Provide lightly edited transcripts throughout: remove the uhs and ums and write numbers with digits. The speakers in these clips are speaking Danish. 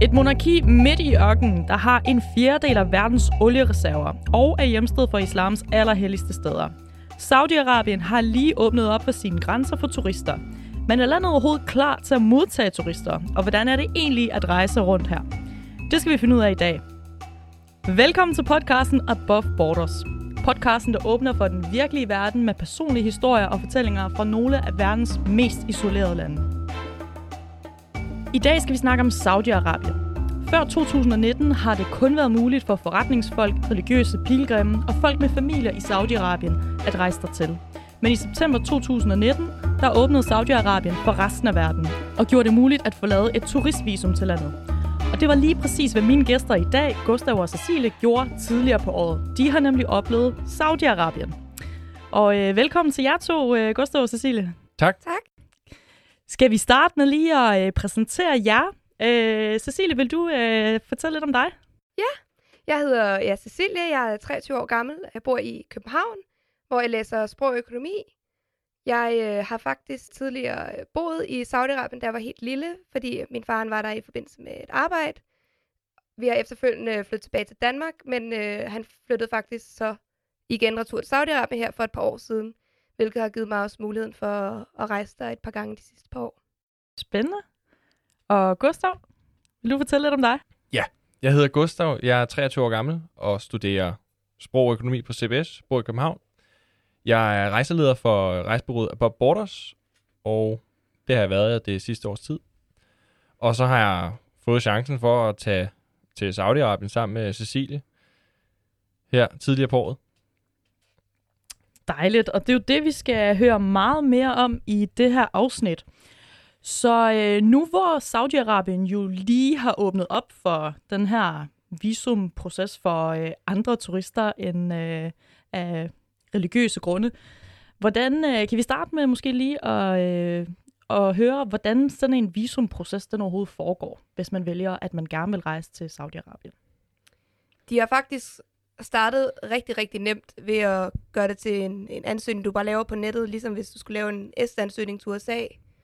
Et monarki midt i ørkenen, der har en fjerdedel af verdens oliereserver og er hjemsted for islams allerhelligste steder. Saudi-Arabien har lige åbnet op for sine grænser for turister. Men er landet overhovedet klar til at modtage turister? Og hvordan er det egentlig at rejse rundt her? Det skal vi finde ud af i dag. Velkommen til podcasten Above Borders. Podcasten, der åbner for den virkelige verden med personlige historier og fortællinger fra nogle af verdens mest isolerede lande. I dag skal vi snakke om Saudi-Arabien. Før 2019 har det kun været muligt for forretningsfolk, religiøse pilgrimme og folk med familier i Saudi-Arabien at rejse dertil. Men i september 2019, der åbnede Saudi-Arabien for resten af verden og gjorde det muligt at få lavet et turistvisum til landet. Og det var lige præcis, hvad mine gæster i dag, Gustav og Cecilie, gjorde tidligere på året. De har nemlig oplevet Saudi-Arabien. Og velkommen til jer to, Gustav og Cecilie. Tak. Tak. Skal vi starte med lige at præsentere jer? Cecilie, vil du fortælle lidt om dig? Ja, jeg hedder Cecilie, jeg er 23 år gammel. Jeg bor i København, hvor jeg læser sprog og økonomi. Jeg har faktisk tidligere boet i Saudi-Arabien, da jeg var helt lille, fordi min far var der i forbindelse med et arbejde. Vi har efterfølgende flyttet tilbage til Danmark, men han flyttede faktisk så igen retur til Saudi-Arabien her for et par år siden, hvilket har givet mig også muligheden for at rejse der et par gange de sidste par år. Spændende. Og Gustav, vil du fortælle lidt om dig? Ja, jeg hedder Gustav, jeg er 23 år gammel og studerer sprog og økonomi på CBS, bor i København. Jeg er rejseleder for rejsebureauet Above Borders, og det har jeg været det sidste års tid. Og så har jeg fået chancen for at tage til Saudi-Arabien sammen med Cecilie her tidligere på året. Dejligt, og det er jo det, vi skal høre meget mere om i det her afsnit. Så nu hvor Saudi-Arabien jo lige har åbnet op for den her visumproces for andre turister end af religiøse grunde, hvordan kan vi starte med måske lige at høre, hvordan sådan en visumproces den overhovedet foregår, hvis man vælger, at man gerne vil rejse til Saudi-Arabien? De har faktisk startet rigtig, rigtig nemt ved at gøre det til en ansøgning, du bare laver på nettet, ligesom hvis du skulle lave en S-ansøgning til USA.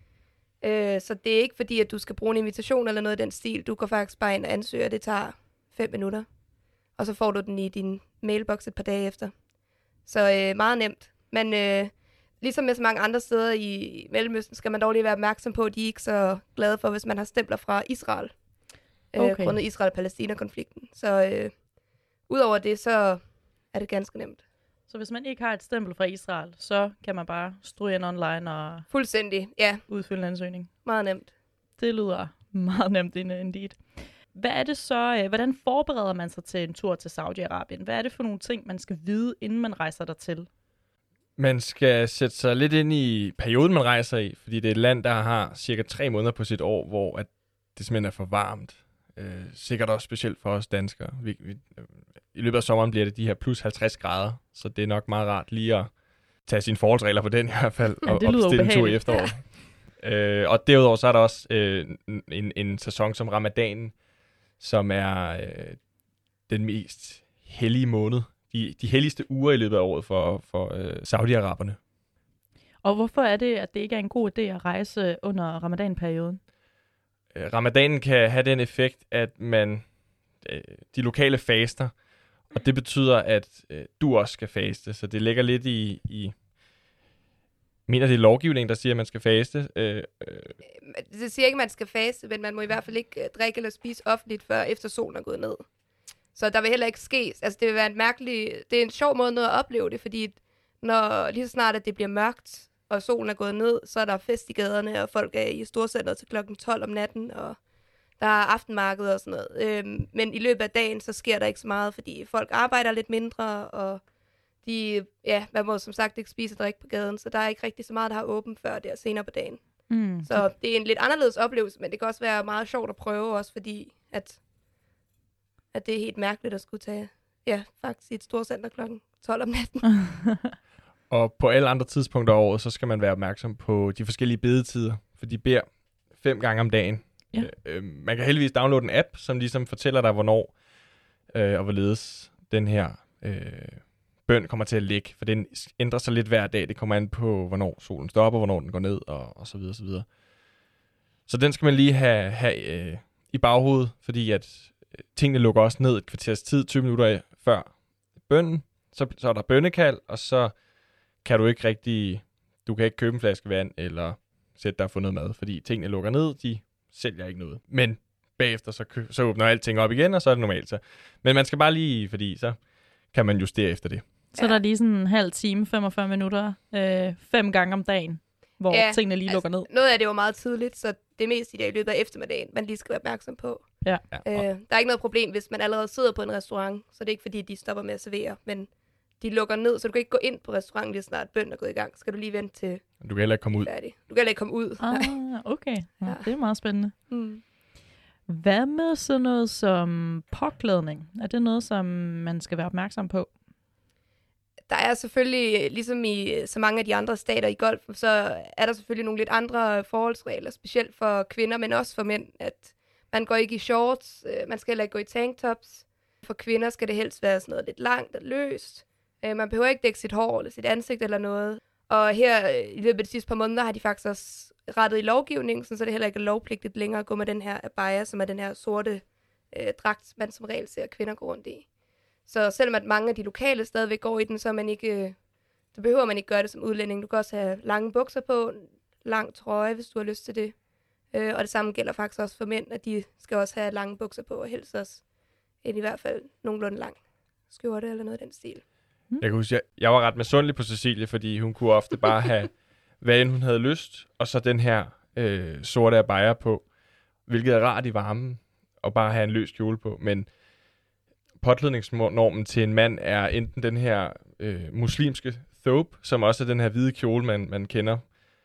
Så det er ikke fordi, at du skal bruge en invitation eller noget i den stil. Du går faktisk bare ind og ansøger, det tager 5 minutter. Og så får du den i din mailbox et par dage efter. Så meget nemt. Men ligesom med så mange andre steder i Mellemøsten, skal man dog lige være opmærksom på, at de er ikke så glade for, hvis man har stempler fra Israel. Grundet Israel-Palæstina-konflikten. Så udover det, så er det ganske nemt. Så hvis man ikke har et stempel fra Israel, så kan man bare stryge ind online og fuldstændig, ja. Udfylde en ansøgning. Meget nemt. Det lyder meget nemt indeed. Hvad er det så, hvordan forbereder man sig til en tur til Saudi-Arabien? Hvad er det for nogle ting, man skal vide, inden man rejser dertil? Man skal sætte sig lidt ind i perioden, man rejser i, fordi det er et land, der har cirka 3 måneder på sit år, hvor at det simpelthen er for varmt. Sikkert også specielt for os danskere. I løbet af sommeren bliver det de her plus 50 grader, så det er nok meget rart lige at tage sine forholdsregler på den i hvert fald, og bestille en tur i efteråret. Ja. Og derudover så er der også en sæson som Ramadan, som er den mest hellige måned. De helligste uger i løbet af året for Saudi-Araberne. Og hvorfor er det, at det ikke er en god idé at rejse under ramadanperioden? Ramadanen kan have den effekt, at de lokale faster, og det betyder, at du også skal faste. Så det ligger lidt i mener det er lovgivningen, der siger, at man skal faste? Det siger ikke, at man skal faste, men man må i hvert fald ikke drikke eller spise offentligt, før efter solen er gået ned. Så der vil heller ikke ske. Altså, det vil være det er en sjov måde at opleve det, fordi når lige så snart, at det bliver mørkt, og solen er gået ned, så er der fest i gaderne, og folk er i storcenteret til klokken 12 om natten, og der er aftenmarked og sådan noget. Men i løbet af dagen, så sker der ikke så meget, fordi folk arbejder lidt mindre, og man må som sagt ikke spise og drikke på gaden, så der er ikke rigtig så meget, der har åbent før der senere på dagen. Så det er en lidt anderledes oplevelse, men det kan også være meget sjovt at prøve, også fordi, at det er helt mærkeligt at skulle tage, faktisk i et storcenter klokken 12 om natten. Og på alle andre tidspunkter af året, så skal man være opmærksom på de forskellige bedetider, for de beder 5 gange om dagen. Ja. Man kan heldigvis downloade en app, som ligesom fortæller dig, hvornår og hvorledes den her bøn kommer til at ligge, for den ændrer sig lidt hver dag. Det kommer an på, hvornår solen stopper, hvornår den går ned, og så videre, så videre. Så den skal man lige have i baghovedet, fordi at tingene lukker også ned et kvarters tid, 20 minutter før bønnen. Så er der bønnekald, og så kan du ikke rigtig, du kan ikke købe en flaske vand, eller sætte dig og få noget mad, fordi tingene lukker ned, de sælger ikke noget. Men bagefter, så åbner alting op igen, og så er det normalt. Så. Men man skal bare lige, fordi så kan man justere efter det. Så der er lige sådan en halv time, 45 minutter, 5 gange om dagen, hvor tingene lige lukker ned. Noget af det er jo meget tidligt, så det er mest i løbet af eftermiddagen, man lige skal være opmærksom på. Ja. Der er ikke noget problem, hvis man allerede sidder på en restaurant, så det er ikke fordi, de stopper med at servere, men de lukker ned, så du kan ikke gå ind på restauranten lige snart bønnen er gået i gang. Skal du lige vente til du kan heller ikke komme ud. Færdig. Du kan heller ikke komme ud. Okay. Ja. Det er meget spændende. Mm. Hvad med sådan noget som påklædning? Er det noget, som man skal være opmærksom på? Der er selvfølgelig, ligesom i så mange af de andre stater i golf, så er der selvfølgelig nogle lidt andre forholdsregler, specielt for kvinder, men også for mænd, at man går ikke i shorts, man skal heller ikke gå i tanktops. For kvinder skal det helst være sådan noget lidt langt og løst. Man behøver ikke dække sit hår eller sit ansigt eller noget. Og her i løbet af de sidste par måneder har de faktisk også rettet i lovgivningen, så det heller ikke er lovpligtigt længere at gå med den her abaya, som er den her sorte dragt, man som regel ser kvinder gå rundt i. Så selvom at mange af de lokale stadigvæk går i den, så behøver man ikke gøre det som udlænding. Du kan også have lange bukser på, lang trøje, hvis du har lyst til det. Og det samme gælder faktisk også for mænd, at de skal også have lange bukser på, og helst også i hvert fald nogenlunde lang skjorte eller noget af den stil. Jeg kan huske, jeg var ret misundelig på Cecilie, fordi hun kunne ofte bare have, hvad end hun havde lyst, og så den her sorte abaya på, hvilket er rart i varmen, og bare have en løs kjole på. Men påklædningsnormen til en mand er enten den her muslimske thobe, som også er den her hvide kjole, man kender,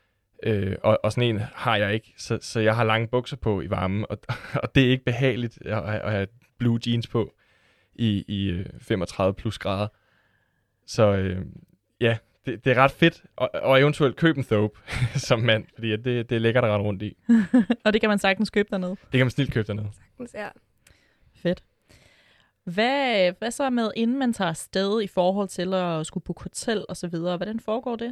og sådan en har jeg ikke, så jeg har lange bukser på i varmen, og det er ikke behageligt at have blue jeans på i 35 plus grader. Så det er ret fedt, og eventuelt købe en thobe som mand, fordi det er lækkert at rette rundt i. Og det kan man sagtens købe dernede? Det kan man snilt købe dernede. Sagtens, ja. Fedt. Hvad så med, inden man tager afsted i forhold til at skulle booke hotel og så videre? Hvordan foregår det?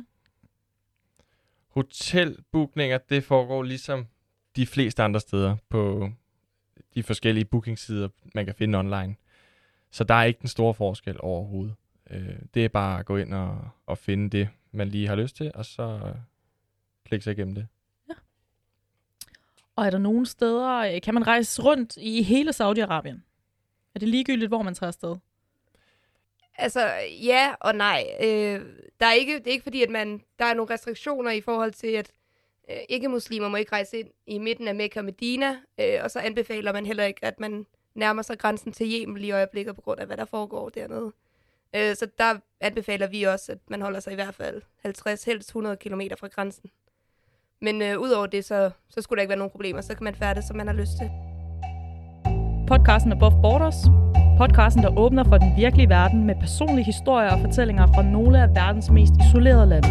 Hotelbookninger, det foregår ligesom de fleste andre steder på de forskellige bookingsider, man kan finde online. Så der er ikke den store forskel overhovedet. Det er bare at gå ind og finde det, man lige har lyst til, og så klikke sig igennem det. Ja. Og er der nogle steder, kan man rejse rundt i hele Saudi-Arabien? Er det ligegyldigt, hvor man tager afsted? Altså, ja og nej. Det er ikke fordi, at der er nogle restriktioner i forhold til, at ikke-muslimer må ikke rejse ind i midten af Mekka og Medina, og så anbefaler man heller ikke, at man nærmer sig grænsen til Yemen lige i øjeblikket på grund af, hvad der foregår dernede. Så der anbefaler vi også, at man holder sig i hvert fald 50, helst 100 kilometer fra grænsen. Men udover det, så skulle der ikke være nogen problemer. Så kan man færdes, som man har lyst til. Podcasten Above Borders. Podcasten, der åbner for den virkelige verden med personlige historier og fortællinger fra nogle af verdens mest isolerede lande.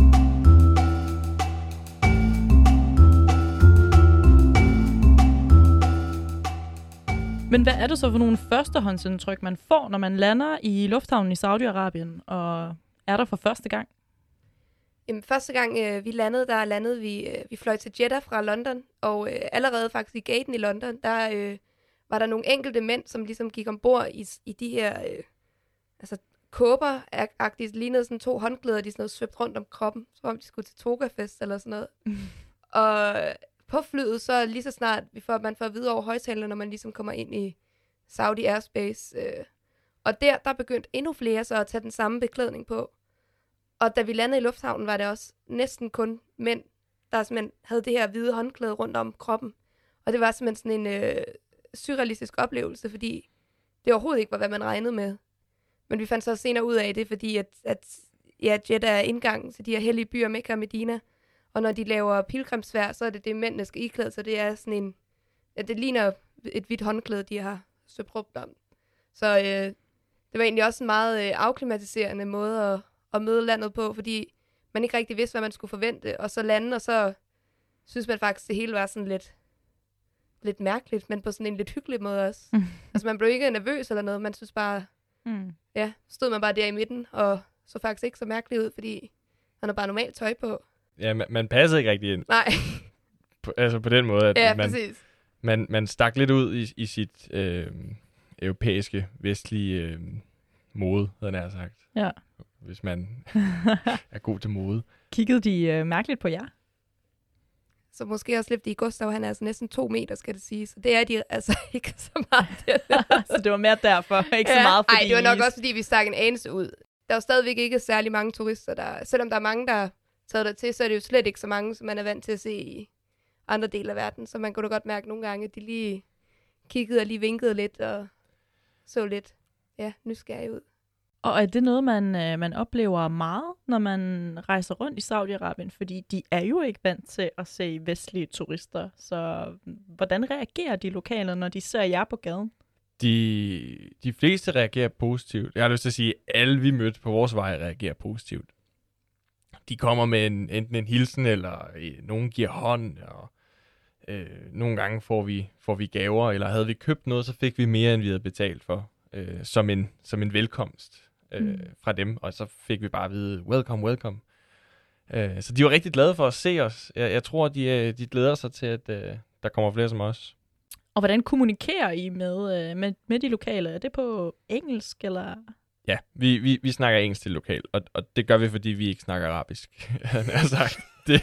Men hvad er det så for nogle førstehåndsindtryk, man får, når man lander i lufthavnen i Saudi-Arabien, og er der for første gang? Jamen, første gang vi landede, vi fløj til Jeddah fra London, og allerede faktisk i gaten i London, der var der nogle enkelte mænd, som ligesom gik ombord i de her kåber-agtigt, lignede sådan 2 håndklæder, de sådan noget svøbt rundt om kroppen, som om de skulle til Togafest eller sådan noget. Og på flyet, så lige så snart man får at vide over højtalerne, når man ligesom kommer ind i Saudi Airspace. Og der begyndte endnu flere så at tage den samme beklædning på. Og da vi landede i lufthavnen, var det også næsten kun mænd, der simpelthen havde det her hvide håndklæde rundt om kroppen. Og det var simpelthen sådan en surrealistisk oplevelse, fordi det overhovedet ikke var, hvad man regnede med. Men vi fandt så senere ud af det, fordi at Jeddah er indgangen til de her hellige byer, Mekka og Medina. Og når de laver pilgrimsfærd, så er det mændene skal iklæde, så det er sådan en, det ligner et hvidt håndklæde, de har søbt rundt om. Så det var egentlig også en meget afklimatiserende måde at møde landet på, fordi man ikke rigtig vidste, hvad man skulle forvente. Og så lande, og så synes man faktisk, det hele var sådan lidt mærkeligt, men på sådan en lidt hyggelig måde også. Altså man blev ikke nervøs eller noget, man synes bare, stod man bare der i midten, og så faktisk ikke så mærkeligt ud, fordi man har bare normalt tøj på. Ja, man passede ikke rigtig ind. Nej. Altså på den måde, at man stak lidt ud i sit europæiske, vestlige mode, havde jeg sagt. Ja. Hvis man er god til mode. Kiggede de mærkeligt på jer? Så måske også lidt, fordi Gustav, han er altså næsten 2 meter, skal det sige. Så det er de altså ikke så meget. Så det var mere derfor, ikke så meget fordi... Nej, det var nok også, fordi vi stak en anelse ud. Der er jo stadigvæk ikke særlig mange turister, der... Selvom der er mange, der er taget der til, så er det jo slet ikke så mange, som man er vant til at se i andre dele af verden. Så man kunne da godt mærke nogle gange, at de lige kiggede og lige vinkede lidt og så lidt nysgerrig ud. Og er det noget, man oplever meget, når man rejser rundt i Saudi-Arabien? Fordi de er jo ikke vant til at se vestlige turister. Så hvordan reagerer de lokale, når de ser jer på gaden? De fleste reagerer positivt. Jeg har lyst til at sige, at alle vi mødte på vores vej reagerer positivt. De kommer med enten en hilsen, eller nogen giver hånd, og nogle gange får vi gaver, eller havde vi købt noget, så fik vi mere, end vi havde betalt for, som en velkomst fra dem, og så fik vi bare at vide, welcome. Så de var rigtig glade for at se os. Jeg tror, de glæder sig til, at der kommer flere som os. Og hvordan kommunikerer I med de lokale? Er det på engelsk, eller...? Ja, vi snakker engelsk til lokalt, og det gør vi, fordi vi ikke snakker arabisk. Jeg har sagt det.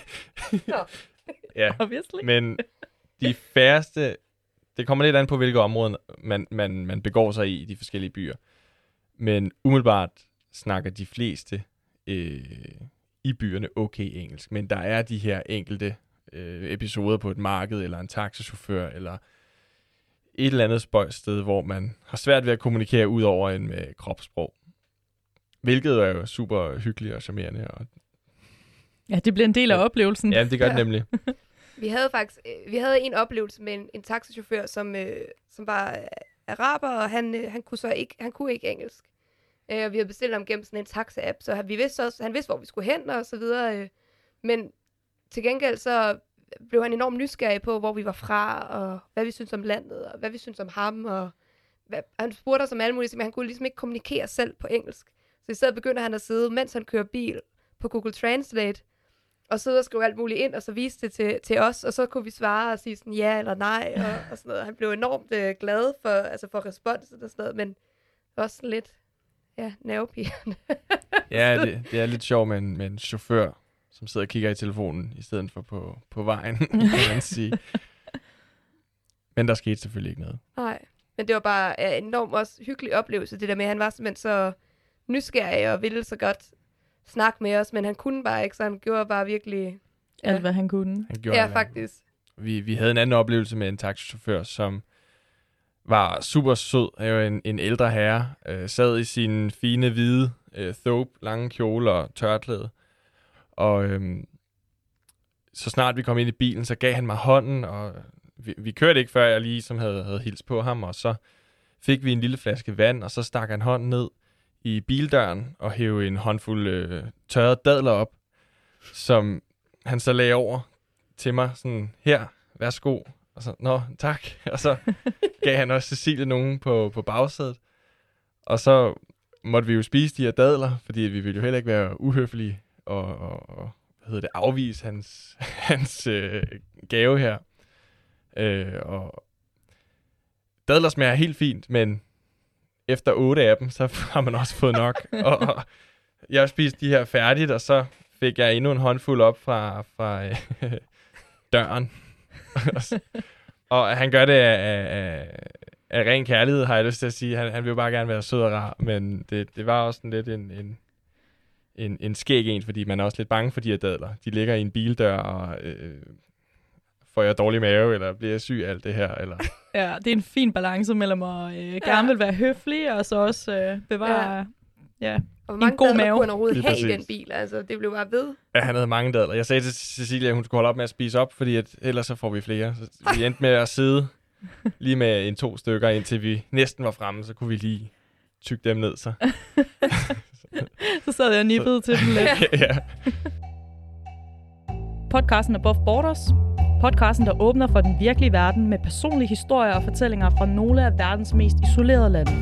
Ja, obviously. Men de færreste, det kommer lidt an på, hvilke områder man begår sig i de forskellige byer. Men umiddelbart snakker de fleste i byerne okay engelsk. Men der er de her enkelte episoder på et marked, eller en taxachauffør, eller et eller andet spøjssted, hvor man har svært ved at kommunikere ud over en med kropssprog. Hvilket er jo super hyggeligt og charmerende. Ja, det bliver en del af oplevelsen. Ja, det gør det nemlig. Vi havde en oplevelse med en taxachauffør, som var araber, og han kunne ikke engelsk. Vi havde bestilt ham gennem sådan en taxa-app, så han vidste, hvor vi skulle hen og så videre. Men til gengæld så blev han enormt nysgerrig på, hvor vi var fra, og hvad vi synes om landet, og hvad vi synes om ham. Og han spurgte os om alle mulige ting, men han kunne ligesom ikke kommunikere selv på engelsk. Så i stedet begynder han at sidde, mens han kører bil, på Google Translate, og sidde og skrive alt muligt ind, og så vise det til os, og så kunne vi svare og sige sådan ja eller nej, og sådan noget. Han blev enormt glad for responsen og sådan noget, men også sådan lidt, nervepirrende. Ja, det er lidt sjovt med en chauffør, som sidder og kigger i telefonen, i stedet for på vejen, kan man sige. Men der skete selvfølgelig ikke noget. Nej, men det var bare en enormt også hyggelig oplevelse, det der med, at han var simpelthen så nysgerrig og ville så godt snakke med os, men han kunne bare ikke, så han gjorde bare virkelig... Alt, hvad han kunne. Faktisk. Vi havde en anden oplevelse med en taxichauffør, som var super sød. Han var en ældre herre, sad i sin fine, hvide thobe, lange kjole og tørklæde. Og så snart vi kom ind i bilen, så gav han mig hånden, og vi kørte ikke, før jeg lige havde hilst på ham, og så fik vi en lille flaske vand, og så stak han hånden ned i bildøren og hævde en håndfuld tørrede dadler op, som han så lagde over til mig, sådan, her, værsgo. Og så, nå, tak. Og så gav han også Cecilie nogen på bagsædet. Og så måtte vi jo spise de her dadler, fordi vi ville jo heller ikke være uhøflige og afvise hans gave her. Og dadler smager helt fint, men efter 8 af dem, så har man også fået nok. Og jeg spiste de her færdigt, og så fik jeg endnu en håndfuld op fra døren. Og han gør det af ren kærlighed, har jeg lyst til at sige. Han vil jo bare gerne være sød og rar, men det var også lidt en skæg en, fordi man er også lidt bange for de her dadler. De ligger i en bildør, og får jeg dårlig mave, eller bliver jeg syg af alt det her? Eller... Ja, det er en fin balance mellem at gerne vil være høflig, og så også bevare og en god mave. Kunne han overhovedet have i den bil? Altså, det blev bare ved. Ja, han havde mange dadler. Jeg sagde til Cecilia, at hun skulle holde op med at spise op, fordi ellers så får vi flere. Så vi endte med at sidde lige med 2 stykker, indtil vi næsten var fremme, så kunne vi lige tygge dem ned. Så sad jeg og nippede til dem lidt. Ja. Podcasten Above Borders. Podcasten, der åbner for den virkelige verden med personlige historier og fortællinger fra nogle af verdens mest isolerede lande.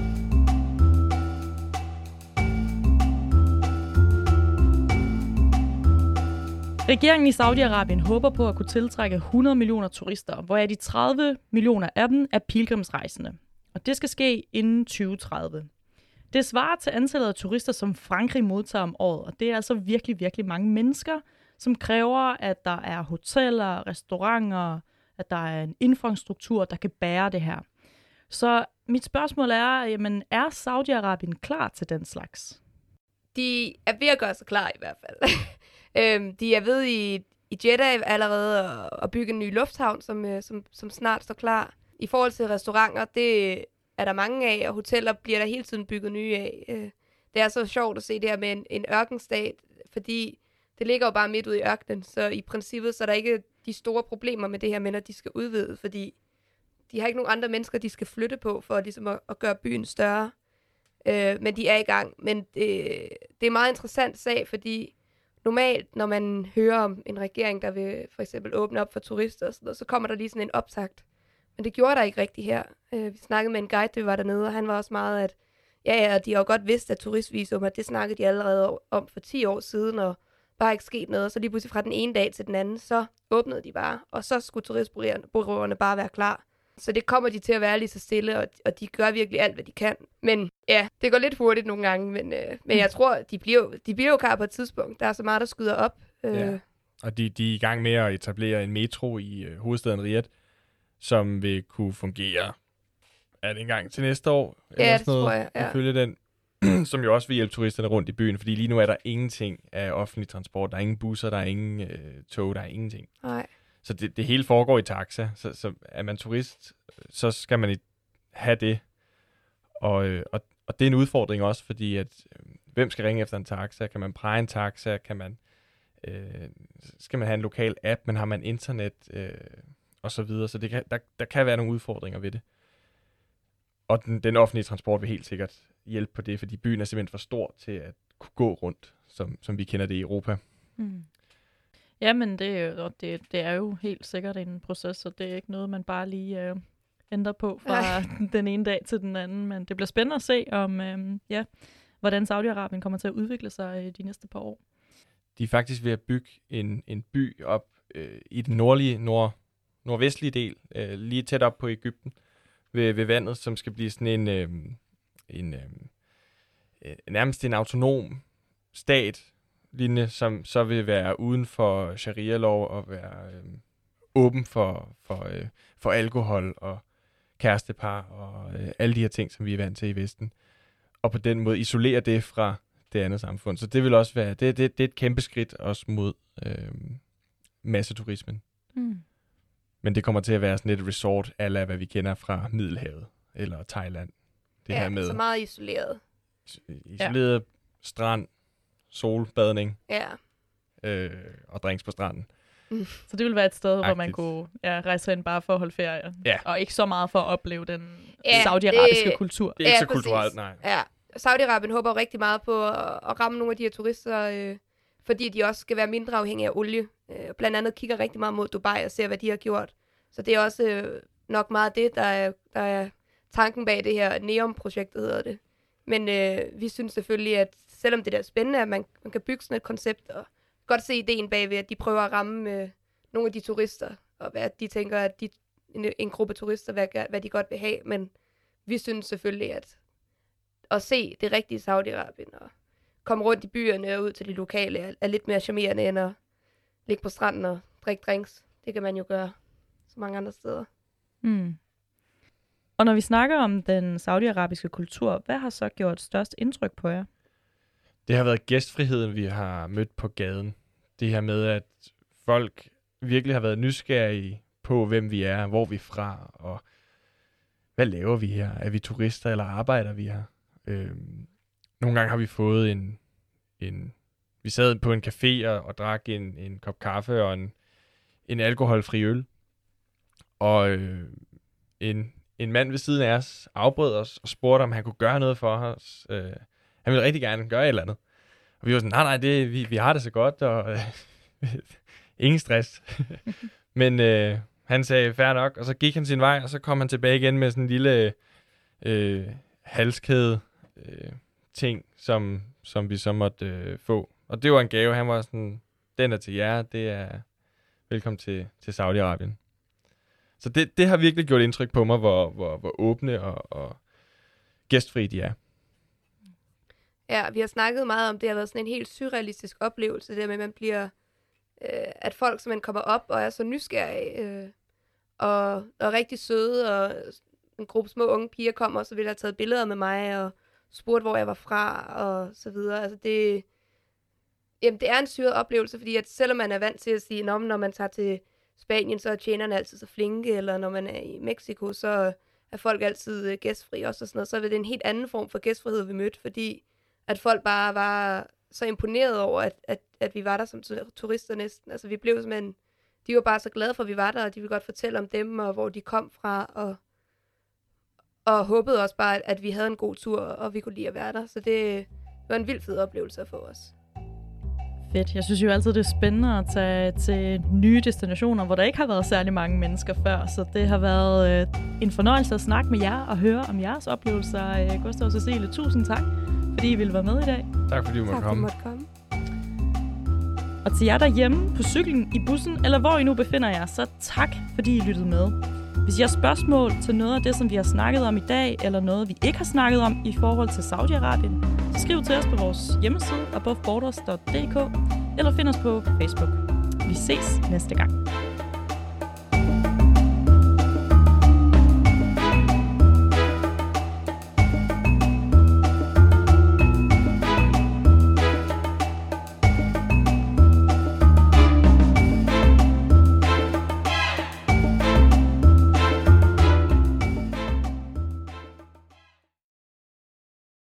Regeringen i Saudi-Arabien håber på at kunne tiltrække 100 millioner turister, hvoraf de 30 millioner af dem er pilgrimsrejsende. Og det skal ske inden 2030. Det svarer til antallet af turister, som Frankrig modtager om året, og det er altså virkelig, virkelig mange mennesker, som kræver, at der er hoteller, restauranter, at der er en infrastruktur, der kan bære det her. Så mit spørgsmål er, jamen, er Saudi-Arabien klar til den slags? De er ved at gøre sig klar i hvert fald. De er ved i Jeddah allerede at bygge en ny lufthavn, som snart står klar. I forhold til restauranter, det er der mange af, og hoteller bliver der hele tiden bygget nye af. Det er så sjovt at se det her med en ørkenstat, fordi det ligger jo bare midt ude i ørkenen, så i princippet så er der ikke de store problemer med det her med, at de skal udvide, fordi de har ikke nogen andre mennesker, de skal flytte på, for ligesom at gøre byen større. Men de er i gang. Men det er en meget interessant sag, fordi normalt, når man hører om en regering, der vil for eksempel åbne op for turister og sådan noget, så kommer der lige sådan en optakt. Men det gjorde der ikke rigtigt her. Vi snakkede med en guide, der var dernede, og han var også meget, at de har jo godt vidst, at turistvisum, at det snakkede de allerede om for 10 år siden, og bare ikke sket noget. Og så lige pludselig fra den ene dag til den anden, så åbnede de bare, og så skulle turistbureauerne bare være klar. Så det kommer de til at være lige så stille, og de gør virkelig alt, hvad de kan. Men ja, det går lidt hurtigt nogle gange, men jeg tror, de bliver jo klar på et tidspunkt. Der er så meget, der skyder op. Ja. Og de er i gang med at etablere en metro i hovedstaden Riyadh, som vil kunne fungere en gang til næste år. Ja, det tror jeg. Ja. Ifølge den, som jo også vil hjælpe turisterne rundt i byen, fordi lige nu er der ingenting af offentlig transport. Der er ingen busser, der er ingen tog, der er ingenting. Nej. Så det hele foregår i taxa. Så er man turist, så skal man have det. Og det er en udfordring også, fordi at hvem skal ringe efter en taxa? Kan man præge en taxa? Skal man have en lokal app, men har man internet og så videre? Så der kan være nogle udfordringer ved det. Og den offentlige transport vil helt sikkert hjælpe på det, fordi byen er simpelthen for stor til at kunne gå rundt, som vi kender det i Europa. Mm. Jamen, det er jo helt sikkert en proces, så det er ikke noget, man bare lige ændrer på fra den ene dag til den anden. Men det bliver spændende at se, hvordan Saudi-Arabien kommer til at udvikle sig de næste par år. De er faktisk ved at bygge en by op i den nordvestlige del, lige tæt op på Egypten, ved vandet, som skal blive sådan nærmest en autonom stat, lignende, som så vil være uden for sharia-lov og være åben for alkohol og kærestepar og alle de her ting, som vi er vant til i Vesten. Og på den måde isolere det fra det andet samfund. Så det vil også være, det er et kæmpe skridt også mod masseturismen. Mm. Men det kommer til at være sådan et resort, ala hvad vi kender fra Middelhavet eller Thailand. Det her med så meget isoleret. Isoleret strand, solbadning og drinks på stranden. Mm. Så det vil være et sted, hvor man kunne rejse hen bare for at holde ferie. Ja. Og ikke så meget for at opleve den saudiarabiske kultur. Det er ikke så kulturelt, nej. Ja. Saudi-Arabien håber rigtig meget på at ramme nogle af de her turister, fordi de også skal være mindre afhængige af olie. Blandt andet kigger rigtig meget mod Dubai og ser, hvad de har gjort. Så det er også nok meget det, der er tanken bag det her NEOM-projekt, hedder det. Men vi synes selvfølgelig, at selvom det er spændende, at man kan bygge sådan et koncept, og godt se ideen bagved, at de prøver at ramme nogle af de turister, og hvad de tænker, at en gruppe turister, hvad de godt vil have. Men vi synes selvfølgelig, at se det rigtige Saudi-Arabien, og komme rundt i byerne og ud til de lokale, er lidt mere charmerende, end at ligge på stranden og drikke drinks. Det kan man jo gøre så mange andre steder. Mm. Og når vi snakker om den saudiarabiske kultur, hvad har så gjort størst indtryk på jer? Det har været gæstfriheden, vi har mødt på gaden. Det her med, at folk virkelig har været nysgerrige på, hvem vi er, hvor vi er fra, og hvad laver vi her? Er vi turister, eller arbejder vi her? Nogle gange har vi fået vi sad på en café og drak en kop kaffe og en alkoholfri øl. Og en mand ved siden af os afbrød os og spurgte, om han kunne gøre noget for os. Han ville rigtig gerne gøre et eller andet. Og vi var sådan, nej, vi har det så godt, og ingen stress. Men han sagde, fair nok, og så gik han sin vej, og så kom han tilbage igen med sådan en lille halskæde ting, som vi så måtte få. Og det var en gave, han var sådan, den er til jer, det er velkommen til Saudi-Arabien. Så det har virkelig gjort indtryk på mig, hvor åbne og gæstfri de er. Ja, vi har snakket meget om, det har været sådan en helt surrealistisk oplevelse, det med, at man bliver, at folk simpelthen kommer op og er så nysgerrige, og rigtig søde, og en gruppe små unge piger kommer, og så ville have taget billeder med mig, og spurgte, hvor jeg var fra, og så videre. Altså det er en syret oplevelse, fordi at selvom man er vant til at sige, når man tager til Spanien, så er tjenerne altid så flinke, eller når man er i Mexico, så er folk altid gæstfri også, og sådan noget. Så er det en helt anden form for gæstfrihed, vi mødte, fordi at folk bare var så imponeret over, at vi var der som turister næsten. Altså vi blev simpelthen, de var bare så glade for, at vi var der, og de ville godt fortælle om dem, og hvor de kom fra, og håbede også bare, at vi havde en god tur, og vi kunne lide at være der. Så det var en vildt fed oplevelse for os. Fedt. Jeg synes jo altid, det er spændende at tage til nye destinationer, hvor der ikke har været særlig mange mennesker før. Så det har været en fornøjelse at snakke med jer og høre om jeres oplevelser. Gustav og Cecilie, tusind tak, fordi I ville være med i dag. Tak fordi du måtte komme. Og til jer derhjemme, på cyklen, i bussen, eller hvor I nu befinder jer, så tak, fordi I lyttede med. Hvis I har spørgsmål til noget af det, som vi har snakket om i dag, eller noget, vi ikke har snakket om i forhold til Saudi-Arabien, så skriv til os på vores hjemmeside, aboveborders.dk, eller find os på Facebook. Vi ses næste gang.